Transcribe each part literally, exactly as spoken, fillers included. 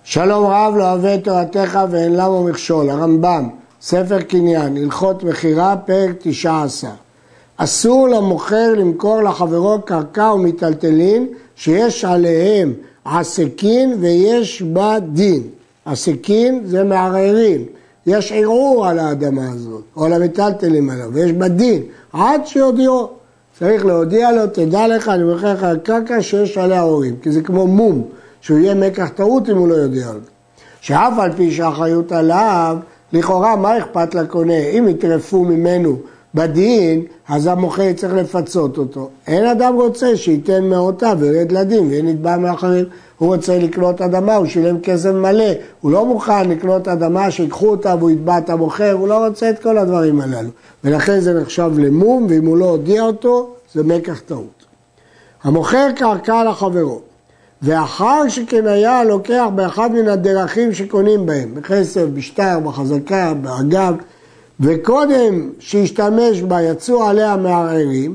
שלום רב לא אוהב את תורתך ואין למה מכשול. הרמב"ם, ספר קניין, הלכות מכירה, פרק תשע עשרה. אסור למוכר למכור לחברו קרקע ומיטלטלין שיש עליהם עסקין ויש בה דין. עסקין זה מערערים, יש ערעור על האדמה הזאת או על המיטלטלים עליו ויש בה דין עד שיודיעו. צריך להודיע לו, תדע לך, אני מוכר לך קרקע שיש עליה עוררים, כי זה כמו מום, שהוא יהיה מקח טעות אם הוא לא יודע על זה. שאף על פי שהאחריות עליו, לכאורה מה אכפת לקונה? אם יטרפו ממנו בדין, אז המוכר צריך לפצות אותו. אין אדם רוצה שייתן מאותיו וירד לדין ויהיה נתבע מאחרים. הוא רוצה לקנות אדמה, הוא שילם כסף מלא, הוא לא מוכן לקנות אדמה שיקחו אותה והוא יתבע את המוכר, הוא לא רוצה את כל הדברים הללו. ולכן זה נחשב למום, ואם הוא לא הודיע אותו, זה מקח טעות. המוכר קרקע לחברו, ואחר שכן היה לוקח באחד מן הדרכים שקונים בהם, בכסף, בשטר, בחזקה, באגב, וקודם שישתמש בה יצאו עליה מערערים,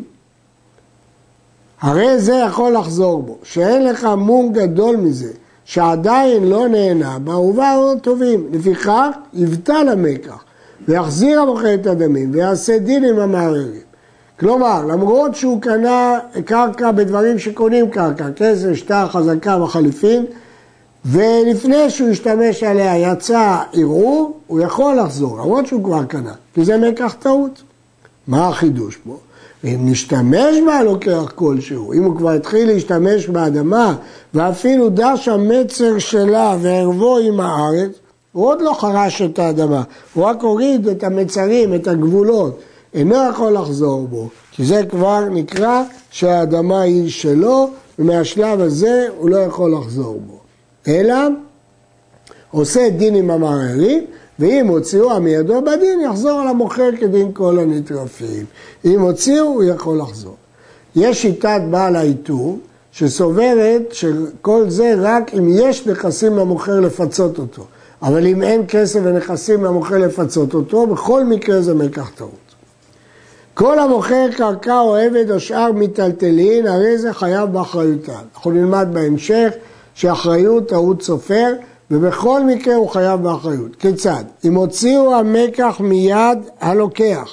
הרי זה יכול לחזור בו, שאין לך מום גדול מזה, שעדיין לא נהנה בה, ובאו טובים, לפיכך יבטל המקח, ויחזיר המוכר את הדמים, ויעשה דין עם המערערים. כלומר, למרות שהוא קנה קרקע בדברים שקונים קרקע, כסף, שטר, חזקה וחליפין, ולפני שהוא השתמש עליה יצא ערעור, הוא יכול לחזור, למרות שהוא כבר קנה, כי זה מקח טעות. מה החידוש פה? אם נשתמש בה לוקח כלשהו, אם הוא כבר התחיל להשתמש באדמה, ואפילו דש המצר שלה וערבו עם הארץ, הוא עוד לא חרש את האדמה, הוא רק הוריד את המצרים, את הגבולות, אינו יכול לחזור בו, כי זה כבר נקרא שהאדמה היא שלו, ומהשלב הזה הוא לא יכול לחזור בו. אלא עושה דין עם המערערים, ואם הוציאו מידו בדין, יחזור על המוכר כדין כל הנטרפים. אם הוציאו, הוא יכול לחזור. יש שיטת בעל העיטור, שסוברת שכל זה רק אם יש נכסים למוכר לפצות אותו. אבל אם אין כסף ונכסים למוכר לפצות אותו, בכל מקרה זה מקח טעות. כל המוכר קרקע או עבד או שאר מיטלטלין, הרי זה חייב באחריותה. אנחנו נלמד בהמשך שאחריות טעות סופר, ובכל מקרה הוא חייב באחריות. כיצד? אם הוציאו המקח מיד הלוקח,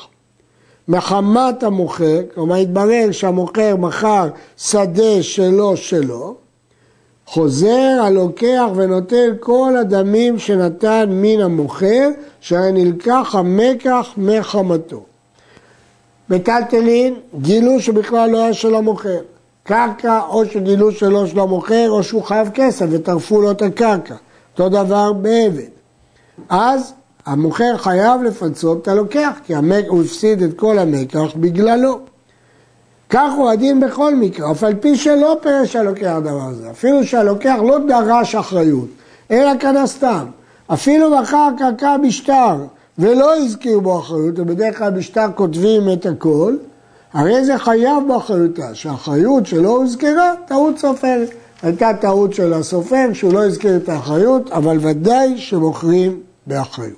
מחמת המוכר, כלומר התברר שהמוכר מכר שדה שלו שלו, חוזר הלוקח ונוטל כל הדמים שנתן מן המוכר, שהיה נלקח המקח מחמתו. מיטלטלין, גילו שבכלל לא היה של המוכר. קרקע, או שגילו שלא של המוכר, או שהוא חייב כסף וטרפו לו את הקרקע. אותו דבר בעבד. אז המוכר חייב לפצות את הלוקח, כי המק... הוא הפסיד את כל המקח בגללו. כך הוא הדין בכל מקרה, אף על פי שלא פרש הלוקח דבר הזה. אפילו שהלוקח לא דרש אחריות, אלא קנה סתם. אפילו מכר קרקע בשטר, ולא הזכיר בו אחריות, ובדרך כלל בשטר כותבים את הכל, הרי זה חייב באחריותה, שהאחריות שלא הוזכרה, טעות סופרת. הייתה טעות של הסופר שהוא לא הזכיר את האחריות, אבל ודאי שמוכרים באחריות.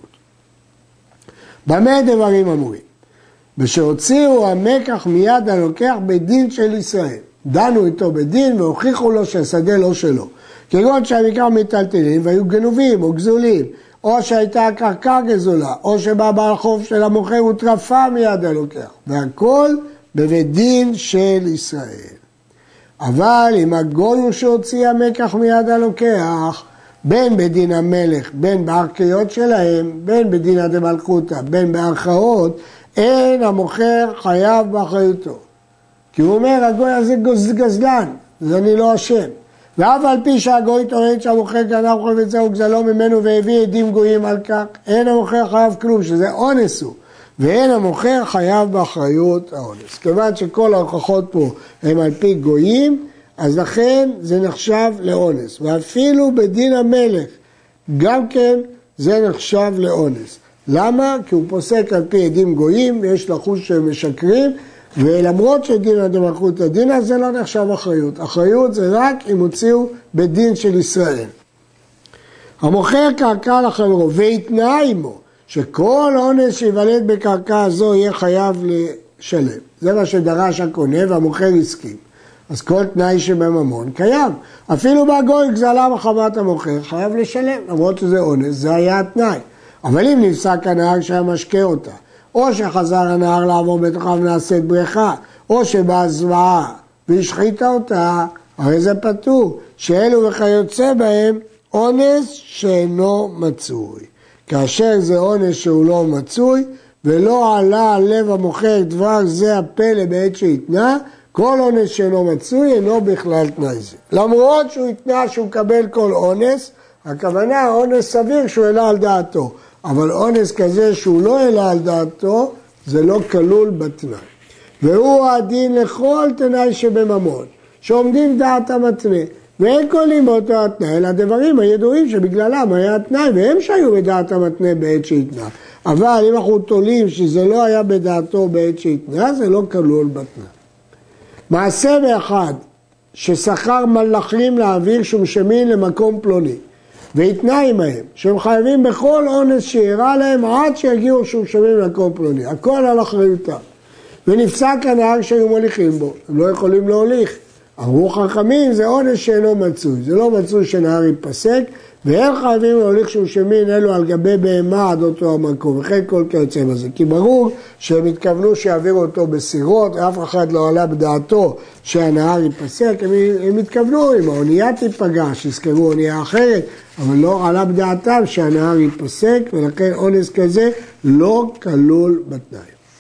במה דברים אמורים? ושהוציאו המקח מיד הלוקח בדין של ישראל. דנו איתו בדין והוכיחו לו שהשדה לא שלו. כגון שהמקח מיטלטלין והיו גנובים או גזולים, או שהייתה הקרקע גזולה, או שבא בעל חוב של המוכר וטרפה מיד הלוקח. והכל בבית דין של ישראל. אבל אם הגוי הוא שהוציא המקח מיד הלוקח, בין בדין המלך, בין בערכיות שלהם, בין בדין הדמלכותא, בין בערכאות, אין המוכר חייב באחריותו. כי הוא אומר, הגוי הזה גזלן, אז אני לא אשם. ואף על פי שהגוי טוען שהמוכר גנב חפצה וגזלו ממנו והביא עדים גויים על כך, אין המוכר חייב כלום, שזה אונס הוא. ואין המוכר חייב באחריות האונס. כיוון שכל ההוכחות פה הם על פי גויים, אז לכן זה נחשב לאונס. ואפילו בדין המלך, גם כן זה נחשב לאונס. למה? כי הוא פוסק על פי עדים גויים, ויש לחוש שהם משקרים, ולמרות שדין הדמלכות הדין הזה לא נחשב אחריות. אחריות זה רק אם הוציאו בדין של ישראל. המוכר קרקע לחברו והתנאה עמו, שכל אונס שיוולד בקרקע הזו יהיה חייב לשלם. זה מה שדרש הקונה והמוכר הסכים. אז כל תנאי שבממון קיים. אפילו בגוי גזלה מחמת המוכר, חייב לשלם, למרות שזה אונס, זה היה התנאי. אבל אם נפסק הנהר שהיה משקה אותה, או שחזר הנהר לעבור בתוכה ונעשית בריכה, או שבאה זוועה והשחיתה אותה, הרי זה פטור, שאלו וכיוצא בהם אונס שאינו מצוי. כאשר זה אונס שהוא לא מצוי, ולא עלה על לב המוכר דבר זה הפלא בעת שהתנה, כל אונס שאינו מצוי אינו בכלל תנאי זה. למרות שהוא התנה שהוא מקבל כל אונס, הכוונה אונס סביר שהוא העלה על דעתו, אבל אונס כזה שהוא לא העלה על דעתו, זה לא כלול בתנאי. והוא הדין לכל תנאי שבממון, שעומדים דעת המתנה, ואין קולים באותו התנאי, אלא הדברים הידועים שבגללם היה התנאי, והם שהיו בדעת המתנה בעת שהתנה. אבל אם אנחנו תולים שזה לא היה בדעתו בעת שהתנה, זה לא כלול בתנאי. מעשה באחד, ששכר מלאכים להעביר שום שמין למקום פלוני, והתנה עמהם, שהם חייבים בכל אונס שאירע להם עד שיגיעו שום שמין למקום פלוני, הכל על אחריותם. ונפסק הנהר שהיו מוליכים בו, הם לא יכולים להוליך. אמרו חכמים, זה אונס שאינו מצוי, זה לא מצוי שנהר ייפסק, והם חייבים להוליך שום שמין אלו על גבי בהמה עד אותו המקום, וכן כל כיוצא בזה. כי ברור שהם התכוונו שיעבירו אותו בסירות, אף אחד לא עלה בדעתו שהנהר ייפסק, הם, הם התכוונו, אם האונייה תיפגע, שיזכרו אונייה אחרת, אבל לא עלה בדעתם שהנהר ייפסק, ולכן אונס כזה לא כלול בתנאי.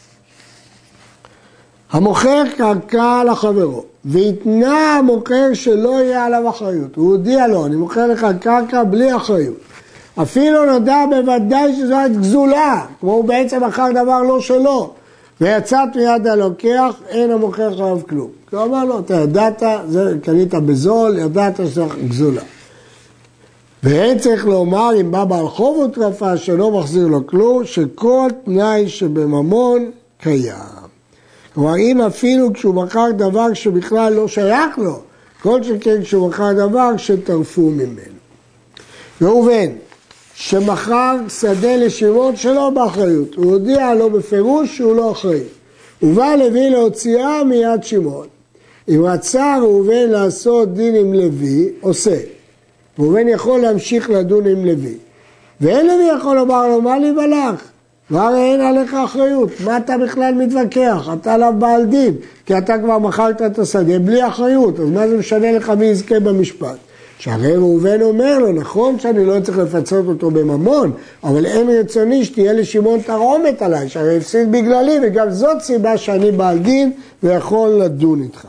המוכר קרקע לחברו, והתנה המוכר שלא יהיה עליו אחריות. הוא הודיע לו, אני מוכר לך קרקע בלי אחריות. אפילו נודע בוודאי שזו הייתה גזולה, כמו הוא בעצם אחר דבר לא שלו. ויצאת מיד הלוקח, אין המוכר חייב כלום. כי הוא אמר לו, אתה ידעת, זה קנית בזול, ידעת שזו גזולה. ואין צריך לומר, אם בא בעל חוב או טרפה שלא מחזיר לו כלום, שכל תנאי שבממון קיים. כלומר, אם אפילו כשהוא מכר דבר שבכלל לא שייך לו, כל שכן כשהוא מכר דבר שטרפו ממנו. ראובן, שמכר שדה לשמעון שלא באחריות, הוא הודיע לו בפירוש שהוא לא אחראי. הוא בא לוי להוציאה מיד שמעון. אם רצה ראובן לעשות דין עם לוי, עושה. ראובן יכול להמשיך לדון עם לוי. ואין לוי יכול לומר לו, מה לי בלך? והרי אין עליך אחריות, מה אתה בכלל מתווכח? אתה עליו בעל דין, כי אתה כבר מכרת את השדה בלי אחריות, אז מה זה משנה לך מי יזכה במשפט? שהרי ראובן אומר לו, נכון שאני לא צריך לפצות אותו בממון, אבל אין רצוני שתהיה לשמעון תרעומת עליי, שהרי הפסיד בגללי, וגם זאת סיבה שאני בעל דין ויכול לדון איתך.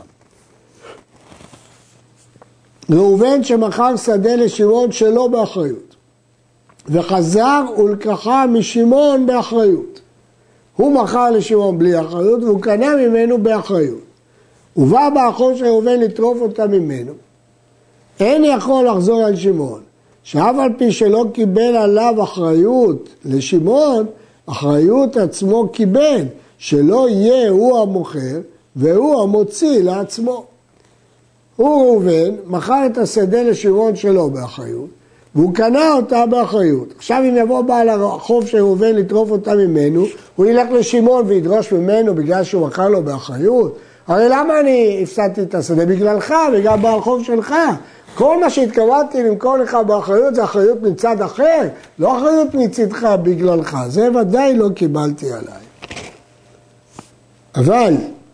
ראובן שמכר שדה לשמעון שלא באחריות. וחזר ולקחה משמעון באחריות. הוא מכר לשמעון בלי אחריות והוא קנה ממנו באחריות. ובא באחור של ראובן לטרוף אותה ממנו. אין יכול לחזור על שמעון, שאף על פי שלא קיבל עליו אחריות לשמעון, אחריות עצמו קיבל, שלא יהיה הוא המוכר והוא המוציא לעצמו. הוא ראובן מכר את השדה לשמעון שלו באחריות, והוא קנה אותה באחריות. עכשיו אם יבוא בעל החוב של ראובן לטרוף אותה ממנו, הוא ילך לשמעון וידרוש ממנו בגלל שהוא מכר לו באחריות. הרי למה אני הפסדתי את השדה? בגללך, בגלל בעל חוב שלך. כל מה שהתכוונתי למכור לך באחריות זה אחריות מצד אחר, לא אחריות מצדך בגללך. זה ודאי לא קיבלתי עליי. אבל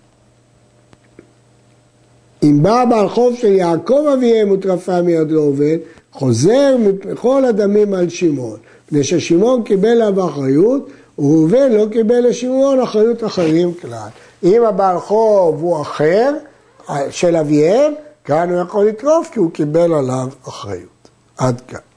אם בא בעל חוב של יעקב אביהם וטרפה מיד ראובן, חוזר מכל הדמים על שמעון, מפני ששמעון קיבל עליו אחריות, וראובן לא קיבל לשמעון אחריות אחרים כלל. אם הבעל חוב הוא אחר של אביהם, כאן הוא יכול לטרוף כי הוא קיבל עליו אחריות. עד כאן.